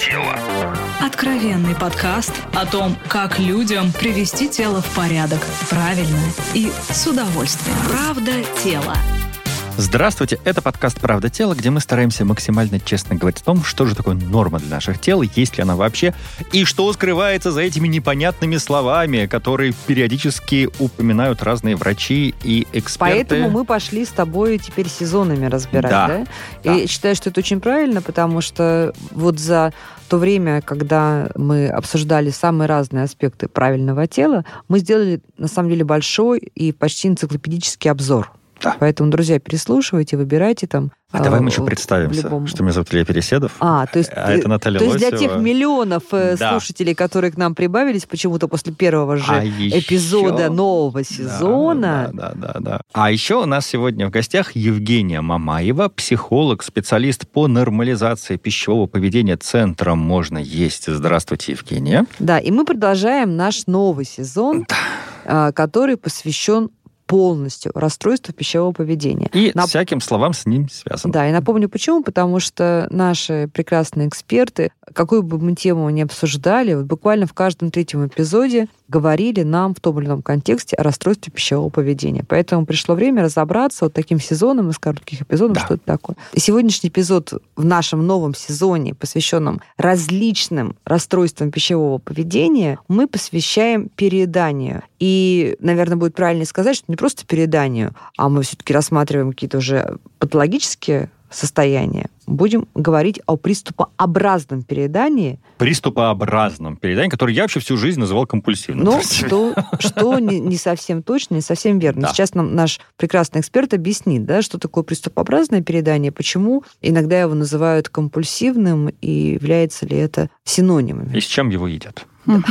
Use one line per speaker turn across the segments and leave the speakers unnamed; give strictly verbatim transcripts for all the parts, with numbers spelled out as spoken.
тело».
Откровенный подкаст о том, как людям привести тело в порядок правильно и с удовольствием. Правда тело.
Здравствуйте, это подкаст «Правда тела», где мы стараемся максимально честно говорить о том, что же такое норма для наших тел, есть ли она вообще, и что скрывается за этими непонятными словами, которые периодически упоминают разные врачи и эксперты.
Поэтому мы пошли с тобой теперь сезонами разбирать, да? да?
да.
И считаю, что это очень правильно, потому что вот за то время, когда мы обсуждали самые разные аспекты правильного тела, мы сделали, на самом деле, большой и почти энциклопедический обзор.
Да.
Поэтому, друзья, переслушивайте, выбирайте там.
А давай мы еще представимся,
любом...
что меня зовут Илья Переседов,
а, то есть,
а это Наталья
то
Лосева.
есть для тех миллионов
да.
слушателей, которые к нам прибавились почему-то после первого же
а
эпизода
еще...
нового сезона.
Да, да, да, да. А еще у нас сегодня в гостях Евгения Мамаева, психолог, специалист по нормализации пищевого поведения Центра «Можно есть». Здравствуйте, Евгения.
Да, и мы продолжаем наш новый сезон, да. который посвящен полностью расстройству пищевого поведения.
И
Нап...
всяким словам с ним связан.
Да, и напомню, почему. Потому что наши прекрасные эксперты, какую бы мы тему ни обсуждали, вот буквально в каждом третьем эпизоде говорили нам в том или ином контексте о расстройстве пищевого поведения. Поэтому пришло время разобраться вот таким сезоном из коротких эпизодов, да. что это такое. И сегодняшний эпизод в нашем новом сезоне, посвященном различным расстройствам пищевого поведения, мы посвящаем перееданию. И, наверное, будет правильно сказать, что не просто перееданию, а мы все-таки рассматриваем какие-то уже патологические состояния. Будем говорить о приступообразном переедании.
Приступообразном переедании, который я вообще всю жизнь называл компульсивным.
Ну, что, что не, не совсем точно, не совсем верно. Да. Сейчас нам наш прекрасный эксперт объяснит, да, что такое приступообразное переедание, почему иногда его называют компульсивным, и является ли это синонимами.
И с чем его едят.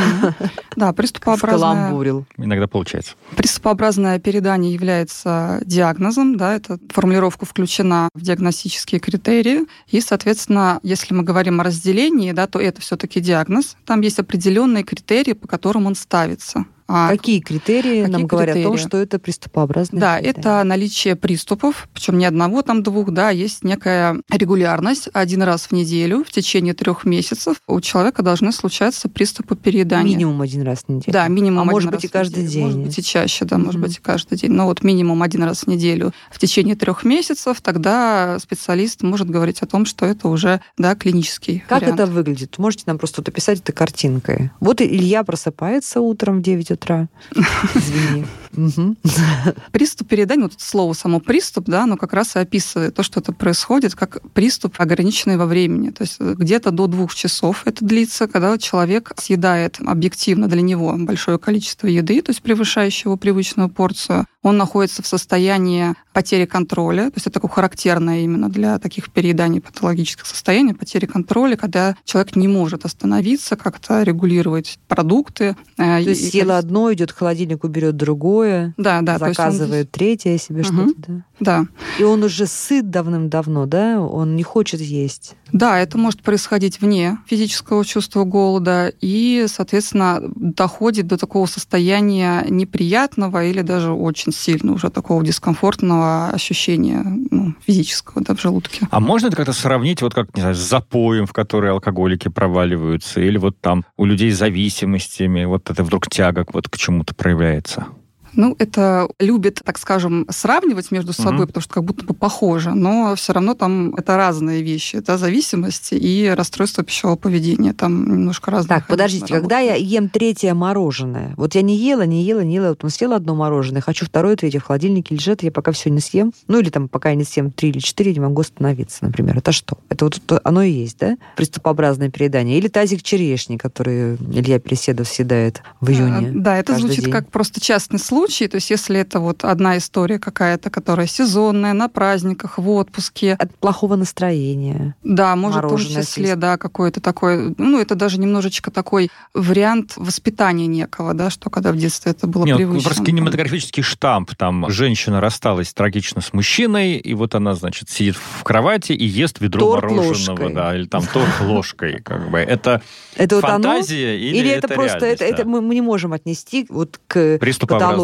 Да, приступообразное...
Иногда получается.
Приступообразное переедание является диагнозом, да, эта формулировка включена в диагностические критерии, и, соответственно, если мы говорим о разделении, да, то это все-таки диагноз. Там есть определенные критерии, по которым он ставится.
А какие критерии какие нам говорят критерии? О том, что это приступообразное
Да,
переедание?
Это наличие приступов, причем не одного, там двух, да, есть некая регулярность. Один раз в неделю в течение трех месяцев у человека должны случаться приступы переедания.
Минимум один раз в неделю.
Да, минимум
а
один
может
раз
быть и каждый день.
Может быть и чаще, да, mm-hmm. может быть и каждый день. Но вот минимум один раз в неделю в течение трех месяцев, тогда специалист может говорить о том, что это уже, да, клинический
Как
вариант.
это выглядит? Можете нам просто вот описать это картинкой? Вот Илья просыпается утром в девять утра. Извини. Угу.
Приступ переедания, вот это слово само приступ, да, оно как раз и описывает то, что это происходит, как приступ, ограниченный во времени. То есть где-то до двух часов это длится, когда человек съедает объективно для него большое количество еды, то есть превышающее его привычную порцию. Он находится в состоянии потери контроля, то есть это такое характерное именно для таких перееданий патологических состояний, потери контроля, когда человек не может остановиться, как-то регулировать продукты.
То есть съела одно, идет к холодильнику, берет другое,
да, да,
заказывает он... третье себе угу. что-то. Да?
Да.
И он уже сыт давным-давно, да? Он не хочет есть.
Да, это может происходить вне физического чувства голода и, соответственно, доходит до такого состояния неприятного или даже очень сильно уже такого дискомфортного ощущения, ну, физического, да, в желудке.
А можно это как-то сравнить, вот как, не знаю, с запоем, в который алкоголики проваливаются, или вот там у людей с зависимостями, вот это вдруг тяга вот к чему-то проявляется?
Ну, это любят, так скажем, сравнивать между собой, mm-hmm. потому что как будто бы похоже, но все равно там это разные вещи. Это зависимость и расстройство пищевого поведения. Там немножко разные.
Так, подождите, когда я ем третье мороженое, вот я не ела, не ела, не ела, вот съела одно мороженое, хочу второе, третье в холодильнике лежит, я пока все не съем, ну или там пока я не съем три или четыре, не могу остановиться, например. Это что? Это вот оно и есть, да? Приступообразное переедание. Или тазик черешни, который Илья Переседов съедает в июне.
Да, это звучит
день.
Как просто частный случай. То есть если это вот одна история какая-то, которая сезонная, на праздниках, в отпуске.
От плохого настроения.
Да, может, в том числе, да, какой-то такой, ну, это даже немножечко такой вариант воспитания некого, да, что когда в детстве это было
Нет,
привычно.
Просто кинематографический штамп. Там женщина рассталась трагично с мужчиной, и вот она, значит, сидит в кровати и ест ведро
торт
мороженого.
Ложкой.
Да, или там торт ложкой. Как бы. Это,
это
фантазия
вот оно?
или,
или это,
это
просто это,
да?
это мы не можем отнести вот к патологии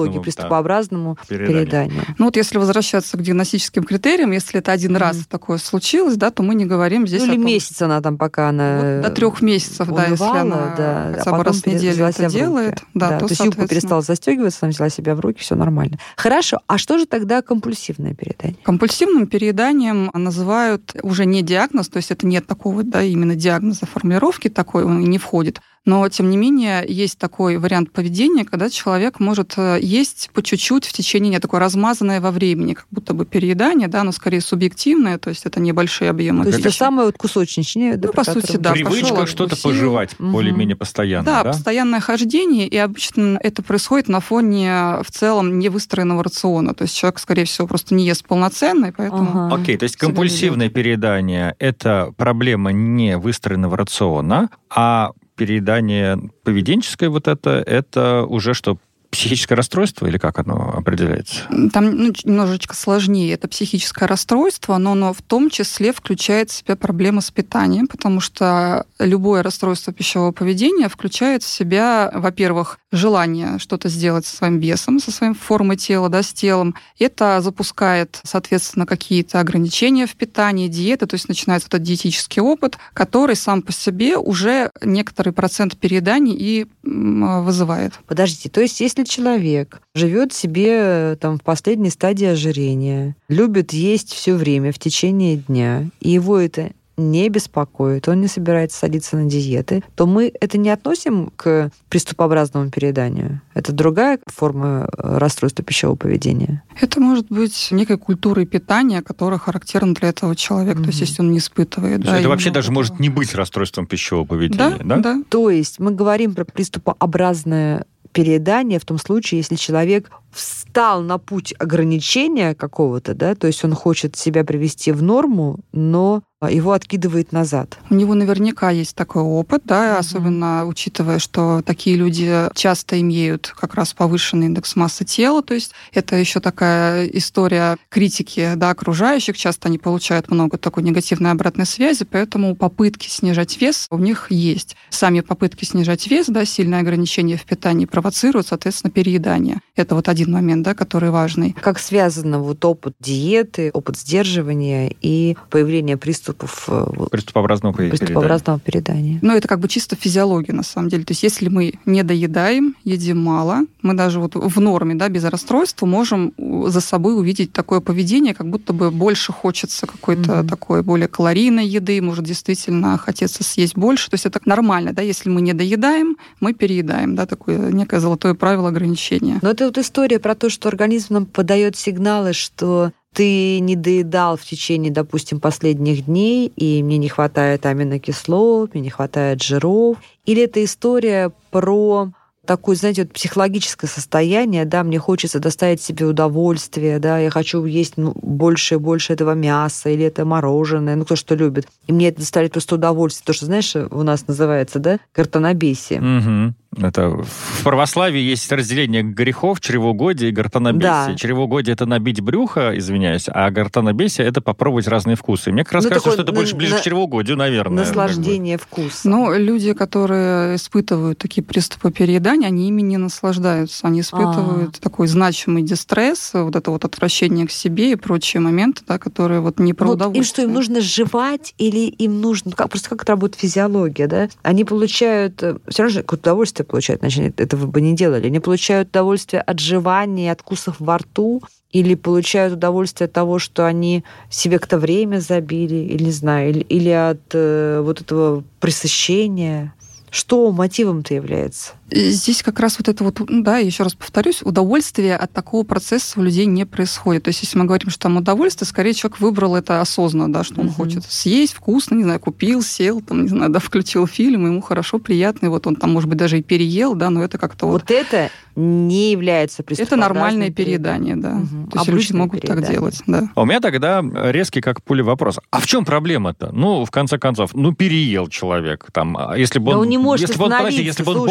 патологии приступообразному да, переданию. переданию.
Ну вот если возвращаться к диагностическим критериям, если это один mm-hmm. раз такое случилось, да, то мы не говорим здесь
ну,
о
или
том,
месяц она там, пока она
вот, до трех месяцев,
унывала,
да, если она
да,
хотя
а
бы раз в неделю это делает. Да,
да,
то,
то есть юбка перестала застегиваться, она взяла себя в руки, все нормально. Хорошо, а что же тогда компульсивное переедание?
Компульсивным перееданием называют уже не диагноз, то есть это нет такого, да, именно диагноза, формулировки такой, он не входит. Но, тем не менее, есть такой вариант поведения, когда человек может есть по чуть-чуть в течение не такое размазанное во времени, как будто бы переедание, да, но скорее субъективное, то есть это небольшие объемы.
То есть это самое вот кусочничное.
Ну, по сути, да.
Привычка что-то откусил. Пожевать угу. более-менее постоянно, да?
Да, постоянное хождение, и обычно это происходит на фоне в целом невыстроенного рациона. То есть человек, скорее всего, просто не ест полноценно, и поэтому...
Ага. Окей, то есть компульсивное ведет. Переедание – это проблема не выстроенного рациона, а переедание поведенческое вот это, это уже что, психическое расстройство или как оно определяется?
Там ну, немножечко сложнее. Это психическое расстройство, но оно в том числе включает в себя проблемы с питанием, потому что любое расстройство пищевого поведения включает в себя, во-первых, желание что-то сделать со своим весом, со своей формой тела, да, с телом. Это запускает, соответственно, какие-то ограничения в питании, диеты, то есть начинается этот диетический опыт, который сам по себе уже некоторый процент перееданий и вызывает.
Подождите, то есть если человек живет себе там в последней стадии ожирения, любит есть все время в течение дня, и его это не беспокоит, он не собирается садиться на диеты, то мы это не относим к приступообразному перееданию. Это другая форма расстройства пищевого поведения.
Это может быть некой культурой питания, которая характерна для этого человека. Mm-hmm. То есть если он не испытывает...
Да, это вообще даже этого. Может не быть расстройством пищевого поведения, да?
Да, да.
То есть мы говорим про приступообразное переедание в том случае, если человек встал на путь ограничения какого-то, да, то есть он хочет себя привести в норму, но его откидывает назад.
У него наверняка есть такой опыт, да, mm-hmm. особенно учитывая, что такие люди часто имеют как раз повышенный индекс массы тела, то есть это еще такая история критики, да, окружающих, часто они получают много такой негативной обратной связи, поэтому попытки снижать вес у них есть. Сами попытки снижать вес, да, сильное ограничение в питании провоцируют, соответственно, переедание. Это вот один момент, да, который важный.
Как связано вот опыт диеты, опыт сдерживания и появление приступов
приступообразного
приступообразного переедания.
Ну, это как бы чисто физиология, на самом деле. То есть если мы не доедаем, едим мало, мы даже вот в норме, да, без расстройства можем за собой увидеть такое поведение, как будто бы больше хочется какой-то mm-hmm. такой более калорийной еды, может действительно хотеться съесть больше. То есть это нормально, да, если мы не доедаем, мы переедаем, да, такое некое золотое правило ограничения.
Но это вот история про то, что организм нам подает сигналы, что ты не доедал в течение, допустим, последних дней, и мне не хватает аминокислот, мне не хватает жиров. Или это история про такое, знаете, вот психологическое состояние, да, мне хочется доставить себе удовольствие, да, я хочу есть ну, больше и больше этого мяса, или это мороженое, ну, кто что любит. И мне это доставляет просто удовольствие. То, что, знаешь, у нас называется, да, гортанобесие.
Угу. Это в православии есть разделение грехов, чревоугодие и гортанобесие. Да. Чревоугодие – это набить брюхо, извиняюсь, а гортанобесие – это попробовать разные вкусы. Мне как раз ну, кажется, что это больше ближе на... к чревоугодию, наверное.
Наслаждение как бы. Вкуса.
Ну, люди, которые испытывают такие приступы переедания, они ими не наслаждаются. Они испытывают А-а-а. такой значимый дистресс, вот это вот отвращение к себе и прочие моменты, да, которые вот не про вот удовольствие.
Им что, им нужно жевать или им нужно... Как, просто как это работает физиология, да? Они получают... Все равно какое-то удовольствие получают, иначе этого бы не делали. Они получают удовольствие от жевания, от вкусов во рту, или получают удовольствие от того, что они себе как-то время забили, или не знаю, или, или от э, вот этого пресыщения. Что мотивом-то является?
Здесь как раз вот это вот, да, еще раз повторюсь, удовольствие от такого процесса у людей не происходит. То есть если мы говорим, что там удовольствие, скорее человек выбрал это осознанно, да, что он mm-hmm. хочет съесть вкусно, не знаю, купил, сел, там, не знаю, да, включил фильм, ему хорошо, приятно, и вот он там, может быть, даже и переел, да, но это как-то вот...
Вот это не является преступлением.
Это нормальное переедание, да. Mm-hmm. То есть люди могут переедание. Так делать, да.
А у меня тогда резкий как пуля вопрос. А в чем проблема-то? Ну, в конце концов, ну, переел человек там. Если бы он,
он не может
если бы он, подожди, если бы он бухал,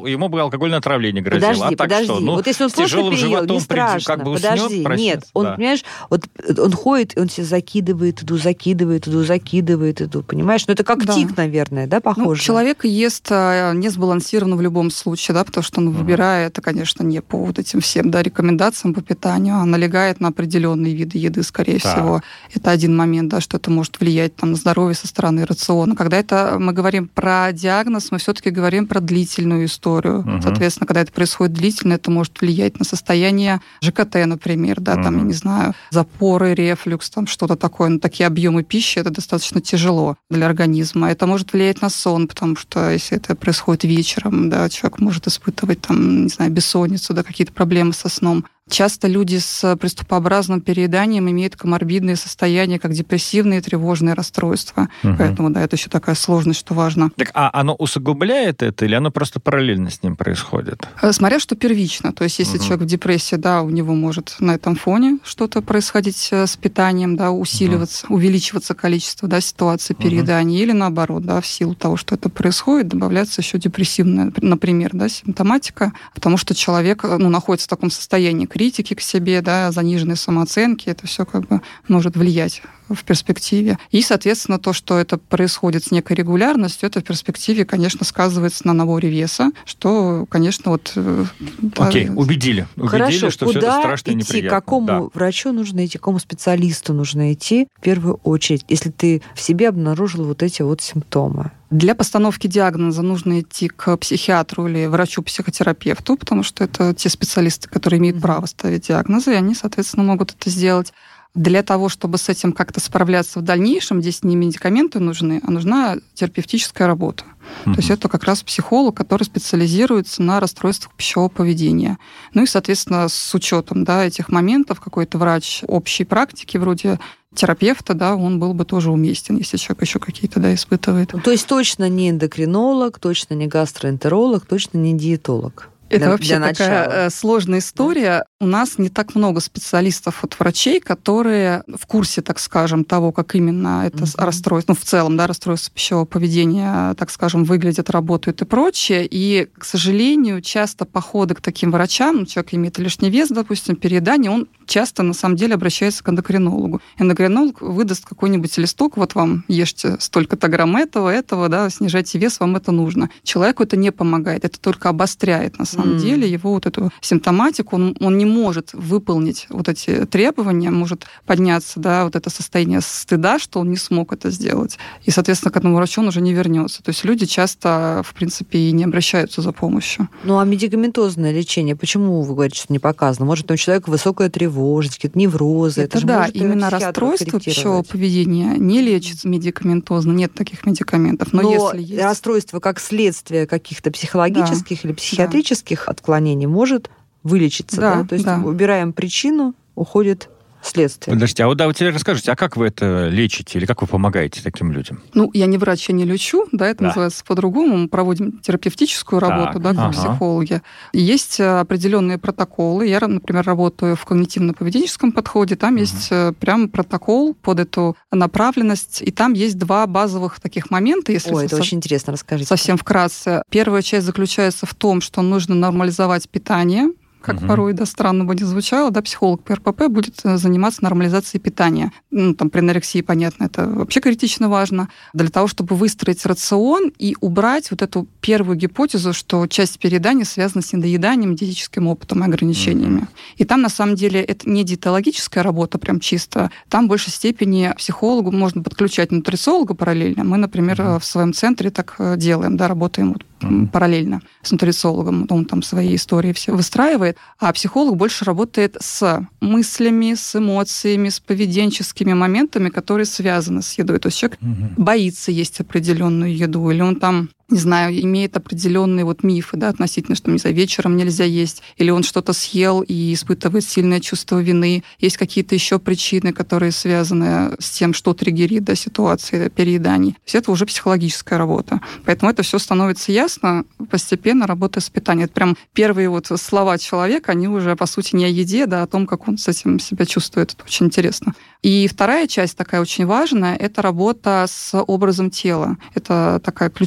ему бы алкогольное отравление грозило.
Подожди,
а так
подожди.
что? Ну,
вот если он просто переел, не страшно.
Как бы
подожди,
уснет, проснется,
нет, он,
да.
понимаешь, вот он ходит, он себе закидывает еду, закидывает еду, закидывает еду, понимаешь? Ну, это как
Да.
тик, наверное, да, похоже?
Ну, человек ест не сбалансированно в любом случае, да, потому что он uh-huh. выбирает, это, конечно, не по вот этим всем, да, рекомендациям по питанию, а налегает на определенные виды еды, скорее так. всего. Это один момент, да, что это может влиять там, на здоровье со стороны рациона. Когда это мы говорим про диагноз, мы все-таки говорим про длительную историю. Uh-huh. Соответственно, когда это происходит длительно, это может влиять на состояние ЖКТ, например, да, uh-huh. там, я не знаю, запоры, рефлюкс, там что-то такое. Но такие объемы пищи, это достаточно тяжело для организма. Это может влиять на сон, потому что если это происходит вечером, да, человек может испытывать там, не знаю, бессонницу, да, какие-то проблемы со сном. Часто люди с приступообразным перееданием имеют коморбидные состояния, как депрессивные, тревожные расстройства. Угу. Поэтому, да, это еще такая сложность, что важно.
Так, а оно усугубляет это, или оно просто параллельно с ним происходит?
Смотря что первично. То есть, если угу. человек в депрессии, да, у него может на этом фоне что-то происходить с питанием, да, усиливаться, угу. увеличиваться количество, да, ситуаций переедания, угу. или наоборот, да, в силу того, что это происходит, добавляется еще депрессивная, например, да, симптоматика, потому что человек, ну, находится в таком состоянии критики к себе, да, заниженной самооценки, это все как бы может влиять в перспективе. И, соответственно, то, что это происходит с некой регулярностью, это в перспективе, конечно, сказывается на наборе веса, что, конечно, вот...
Окей, да, убедили. Убедили,
Хорошо,
что
куда
все это страшно и
идти,
неприятно.
К какому
да.
врачу нужно идти, к какому специалисту нужно идти в первую очередь, если ты в себе обнаружил вот эти вот симптомы?
Для постановки диагноза нужно идти к психиатру или врачу-психотерапевту, потому что это те специалисты, которые имеют mm-hmm. право ставить диагнозы, и они, соответственно, могут это сделать. Для того, чтобы с этим как-то справляться в дальнейшем, здесь не медикаменты нужны, а нужна терапевтическая работа. Mm-hmm. То есть это как раз психолог, который специализируется на расстройствах пищевого поведения. Ну и, соответственно, с учетом, да, этих моментов какой-то врач общей практики, вроде терапевта, да, он был бы тоже уместен, если человек еще какие-то, да, испытывает.
То есть точно не эндокринолог, точно не гастроэнтеролог, точно не диетолог.
Это
для,
вообще
для
такая
начала.
сложная история. У нас не так много специалистов от врачей, которые в курсе, так скажем, того, как именно это mm-hmm. расстройство, ну, в целом, да, расстройство пищевого поведения, так скажем, выглядит, работает и прочее. И, к сожалению, часто походы к таким врачам, человек имеет лишний вес, допустим, переедание, он часто, на самом деле, обращается к эндокринологу. Эндокринолог выдаст какой-нибудь листок, вот вам ешьте столько-то грамм этого, этого, да, снижайте вес, вам это нужно. Человеку это не помогает, это только обостряет, на самом На самом mm. деле его вот эту симптоматику, он, он не может выполнить вот эти требования, может подняться, да, вот это состояние стыда, что он не смог это сделать. И, соответственно, к этому врачу он уже не вернется. То есть люди часто, в принципе, и не обращаются за помощью.
Ну, а медикаментозное лечение, почему вы говорите, что не показано? Может, у человека высокая тревожность, какие-то неврозы?
Это, это да, именно расстройство пищевого поведения не лечится медикаментозно, нет таких медикаментов. Но,
Но
если есть...
расстройство как следствие каких-то психологических да. или психиатрических да. отклонений может вылечиться, да? да? То есть да. убираем причину, уходит следствие.
Подождите, а вот да, вы теперь расскажите, а как вы это лечите или как вы помогаете таким людям?
Ну, я не врач, я не лечу, да, это да. называется по-другому. Мы проводим терапевтическую работу, так, да, как ага. психологи. Есть определенные протоколы. Я, например, работаю в когнитивно-поведенческом подходе. Там угу. есть прям протокол под эту направленность, и там есть два базовых таких момента. Если
Ой, это
со-
очень интересно, расскажите.
Совсем вкратце. Первая часть заключается в том, что нужно нормализовать питание, как угу. порой, да, странно бы не звучало, да, психолог по эр пэ пэ будет заниматься нормализацией питания. Ну, там, при анорексии, понятно, это вообще критично важно. Для того, чтобы выстроить рацион и убрать вот эту первую гипотезу, что часть переедания связана с недоеданием, диетическим опытом и ограничениями. Угу. И там, на самом деле, это не диетологическая работа прям чисто. Там в большей степени психологу можно подключать нутрициолога параллельно. Мы, например, угу. в своем центре так делаем, да, работаем вот угу. параллельно с нутрициологом. Он там свои истории все выстраивает. А психолог больше работает с мыслями, с эмоциями, с поведенческими моментами, которые связаны с едой. То есть человек угу. боится есть определенную еду, или он там, не знаю, имеет определенные вот мифы, да, относительно, что, не знаю, вечером нельзя есть, или он что-то съел и испытывает сильное чувство вины. Есть какие-то еще причины, которые связаны с тем, что триггерит, да, ситуации перееданий. То есть это уже психологическая работа. Поэтому это все становится ясно постепенно, работая с питанием. Это прям первые вот слова человека, они уже, по сути, не о еде, да, о том, как он с этим себя чувствует. Это очень интересно. И вторая часть, такая очень важная, это работа с образом тела. Это такая ключевая тоже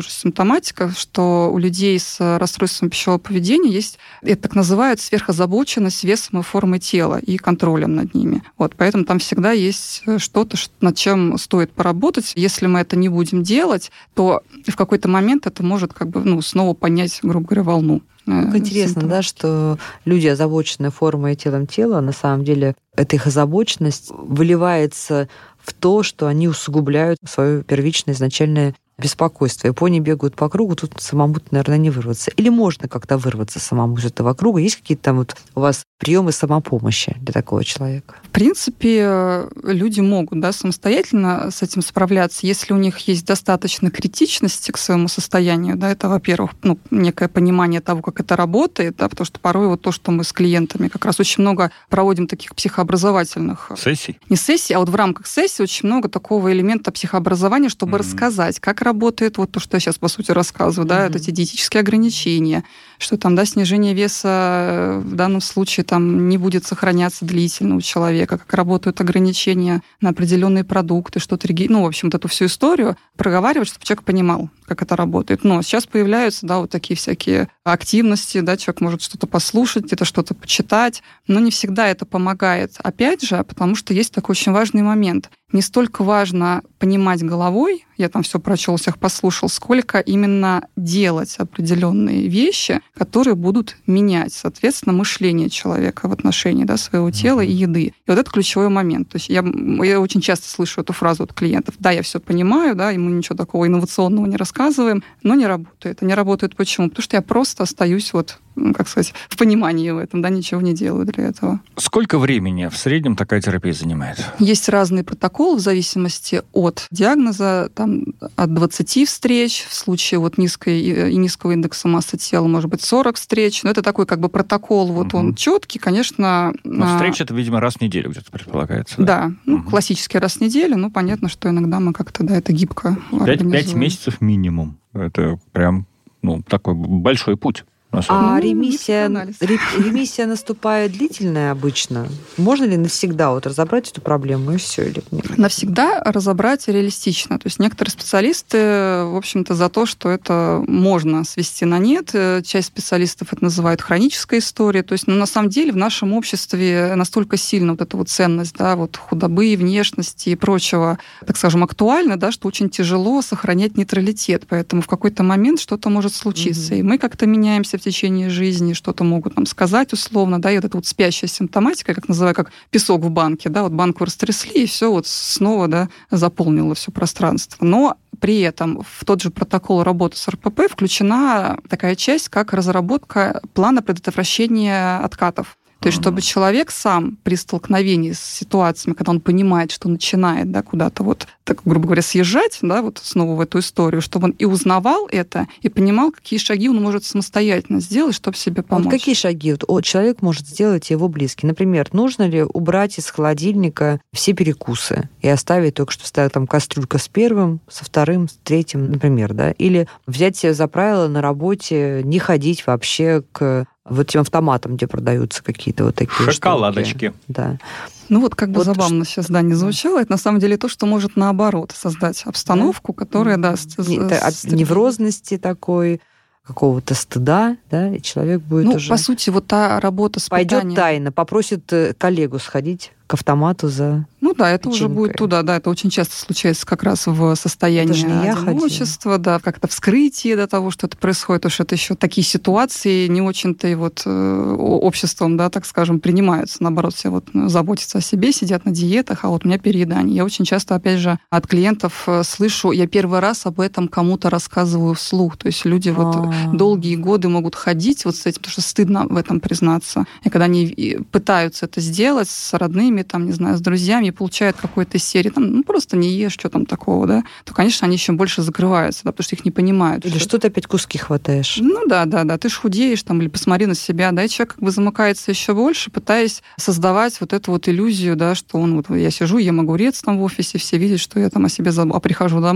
тоже симптоматика, что у людей с расстройством пищевого поведения есть, это так называют, сверхозабоченность весом и формой тела и контролем над ними. Вот, поэтому там всегда есть что-то, над чем стоит поработать. Если мы это не будем делать, то в какой-то момент это может как бы, ну, снова поднять, грубо говоря, волну.
Как интересно, да, что люди, озабоченные формой и телом тела, на самом деле эта их озабоченность выливается в то, что они усугубляют свое первичное изначальное беспокойство. И пони бегают по кругу, тут самому, наверное, не вырваться. Или можно как-то вырваться самому из этого круга? Есть какие-то там вот у вас приемы самопомощи для такого человека?
В принципе, люди могут, да, самостоятельно с этим справляться, если у них есть достаточно критичности к своему состоянию. Да, это, во-первых, ну, некое понимание того, как это работает, да, потому что порой вот то, что мы с клиентами как раз очень много проводим таких психообразовательных...
Сессий?
Не сессий, а вот в рамках сессии очень много такого элемента психообразования, чтобы mm-hmm. рассказать, как работает вот то, что я сейчас, по сути, рассказываю, mm-hmm. да, вот эти диетические ограничения, что там, да, снижение веса в данном случае там не будет сохраняться длительно у человека, как работают ограничения на определенные продукты, что-то, ну, в общем, вот эту всю историю проговаривать, чтобы человек понимал, как это работает. Но сейчас появляются, да, вот такие всякие активности, да, человек может что-то послушать, где-то что-то почитать, но не всегда это помогает. Опять же, потому что есть такой очень важный момент. Не столько важно понимать головой, я там все прочел, всех послушал, сколько именно делать определенные вещи, которые будут менять, соответственно, мышление человека в отношении, да, своего тела и еды. И вот это ключевой момент. То есть я, я очень часто слышу эту фразу от клиентов. Да, я все понимаю, да, и мы ничего такого инновационного не рассказываем, но не работает. А не работает почему? Потому что я просто остаюсь вот, как сказать, в понимании в этом, да, ничего не делаю для этого.
Сколько времени в среднем такая терапия занимает?
Есть разные протоколы в зависимости от диагноза, там от двадцати встреч, в случае вот низкой и низкого индекса массы тела, может быть, сорок встреч, но это такой как бы протокол, вот угу. он четкий, конечно.
Но встреча это, видимо, раз в неделю где-то предполагается. Да,
да ну, угу. классический раз в неделю, ну, понятно, что иногда мы как-то, да, это гибко организуем.
Пять месяцев минимум. Это прям, ну, такой большой путь.
А ремиссия, ремиссия наступает длительная обычно? Можно ли навсегда вот разобрать эту проблему и все? Или нет?
Навсегда разобрать реалистично. То есть некоторые специалисты, в общем-то, за то, что это можно свести на нет. Часть специалистов это называют хронической историей. То есть, ну, на самом деле в нашем обществе настолько сильно вот эта вот ценность, да, вот худобы, внешности и прочего, так скажем, актуальна, да, что очень тяжело сохранять нейтралитет. Поэтому в какой-то момент что-то может случиться. Mm-hmm. И мы как-то меняемся в течение жизни, что-то могут нам сказать условно, да, и вот эта вот спящая симптоматика, как называю, как песок в банке, да, вот банку растрясли, и все вот снова, да, заполнило все пространство. Но при этом в тот же протокол работы с эр пэ пэ включена такая часть, как разработка плана предотвращения откатов. То есть, чтобы человек сам при столкновении с ситуациями, когда он понимает, что начинает, да, куда-то вот, так, грубо говоря, съезжать, да, вот снова в эту историю, чтобы он и узнавал это, и понимал, какие шаги он может самостоятельно сделать, чтобы себе помочь.
Вот какие шаги вот человек может сделать, его близкий? Например, нужно ли убрать из холодильника все перекусы и оставить только что стояла там кастрюлька с первым, со вторым, с третьим, например, да? Или взять себе за правило на работе не ходить вообще к вот этим автоматам, где продаются какие-то вот такие
шоколадочки.
Штуки. Да.
Ну вот как бы вот забавно
что...
сейчас, да, не звучало. Это на самом деле то, что может наоборот создать обстановку, да? которая даст...
От неврозности такой, какого-то стыда, да, и человек будет
ну,
уже...
по сути, вот та работа с
пойдет
питанием...
тайно, попросит коллегу сходить к автомату за
Ну да, это
печенькой.
Уже будет туда, да, это очень часто случается как раз в состоянии одиночества, да, как-то вскрытие до того, что это происходит, потому что это еще такие ситуации не очень-то и вот э, обществом, да, так скажем, принимаются, наоборот, все вот заботятся о себе, сидят на диетах, а вот у меня переедание. Я очень часто, опять же, от клиентов слышу, я первый раз об этом кому-то рассказываю вслух, то есть люди вот А-а-а. долгие годы могут ходить вот с этим, потому что стыдно в этом признаться. И когда они пытаются это сделать с родными, там, не знаю, с друзьями, и получают какой-то из серии, там, ну, просто не ешь, что там такого, да, то, конечно, они еще больше закрываются, да, потому что их не понимают.
Или что, что ты опять куски хватаешь.
Ну, да, да, да, ты ж худеешь, там, или посмотри на себя, да, и человек как бы замыкается еще больше, пытаясь создавать вот эту вот иллюзию, да, что он, вот, я сижу, ем огурец там в офисе, все видят, что я там о себе забыл, а прихожу домой,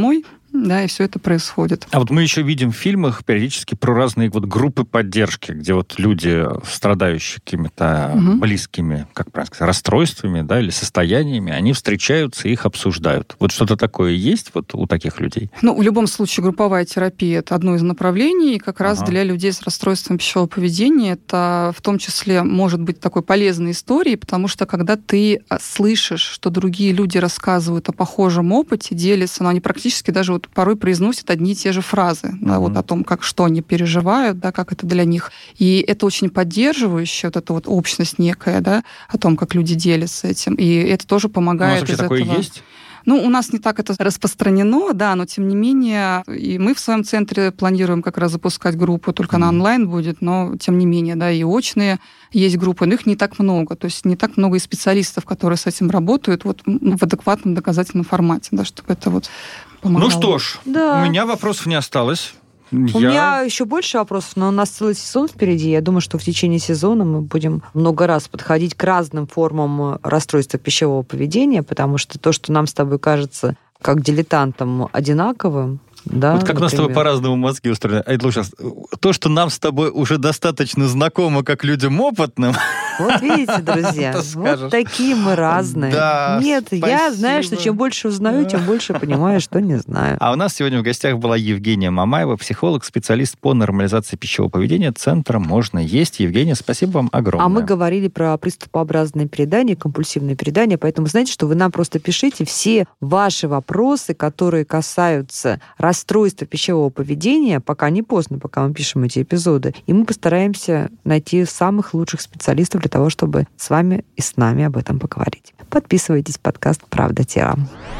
Да, и все это происходит.
А вот мы еще видим в фильмах периодически про разные вот группы поддержки, где вот люди, страдающие какими-то угу. близкими, как правильно сказать, расстройствами, да, или состояниями, они встречаются и их обсуждают. Вот что-то такое есть вот у таких людей?
Ну, в любом случае, групповая терапия – это одно из направлений, и как раз ага. для людей с расстройством пищевого поведения это в том числе может быть такой полезной историей, потому что когда ты слышишь, что другие люди рассказывают о похожем опыте, делятся, но они практически даже вот порой произносят одни и те же фразы, mm-hmm. да, вот о том, как, что они переживают, да, как это для них. И это очень поддерживающее, вот эта вот общность некая, да, о том, как люди делятся этим. И это тоже помогает.
У нас вообще такое
этого...
есть?
Ну, у нас не так это распространено, да, но тем не менее, и мы в своем центре планируем как раз запускать группу, только mm-hmm. она онлайн будет, но тем не менее, да, и очные есть группы, но их не так много, то есть не так много и специалистов, которые с этим работают вот в адекватном доказательном формате, да, чтобы это вот помогало.
Ну что ж,
да.
у меня вопросов не осталось.
У Я... меня еще больше вопросов, но у нас целый сезон впереди. Я думаю, что в течение сезона мы будем много раз подходить к разным формам расстройства пищевого поведения, потому что то, что нам с тобой кажется как дилетантам одинаковым, да,
вот как
например.
у нас с тобой по-разному мозги устроены. Айтла, сейчас, то, что нам с тобой уже достаточно знакомо как людям опытным...
Вот видите, друзья, вот такие мы разные.
Да,
Нет,
спасибо.
Я знаю, что чем больше узнаю, тем больше понимаю, что не знаю.
А у нас сегодня в гостях была Евгения Мамаева, психолог, специалист по нормализации пищевого поведения Центра «Можно есть». Евгения, спасибо вам огромное.
А мы говорили про приступообразное переедание, компульсивное переедание, поэтому знаете, что вы нам просто пишите все ваши вопросы, которые касаются расстройства пищевого поведения, пока не поздно, пока мы пишем эти эпизоды, и мы постараемся найти самых лучших специалистов для того, чтобы с вами и с нами об этом поговорить. Подписывайтесь, подкаст «Правда тела».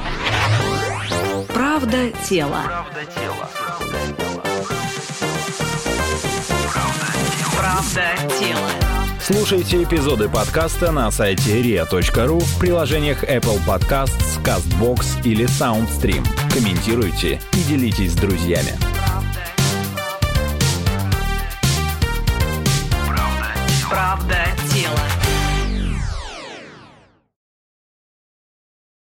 Правда тела. Правда тела.
Слушайте эпизоды подкаста на сайте риа точка ру, в приложениях Apple Podcasts, CastBox или SoundStream. Комментируйте и делитесь с друзьями.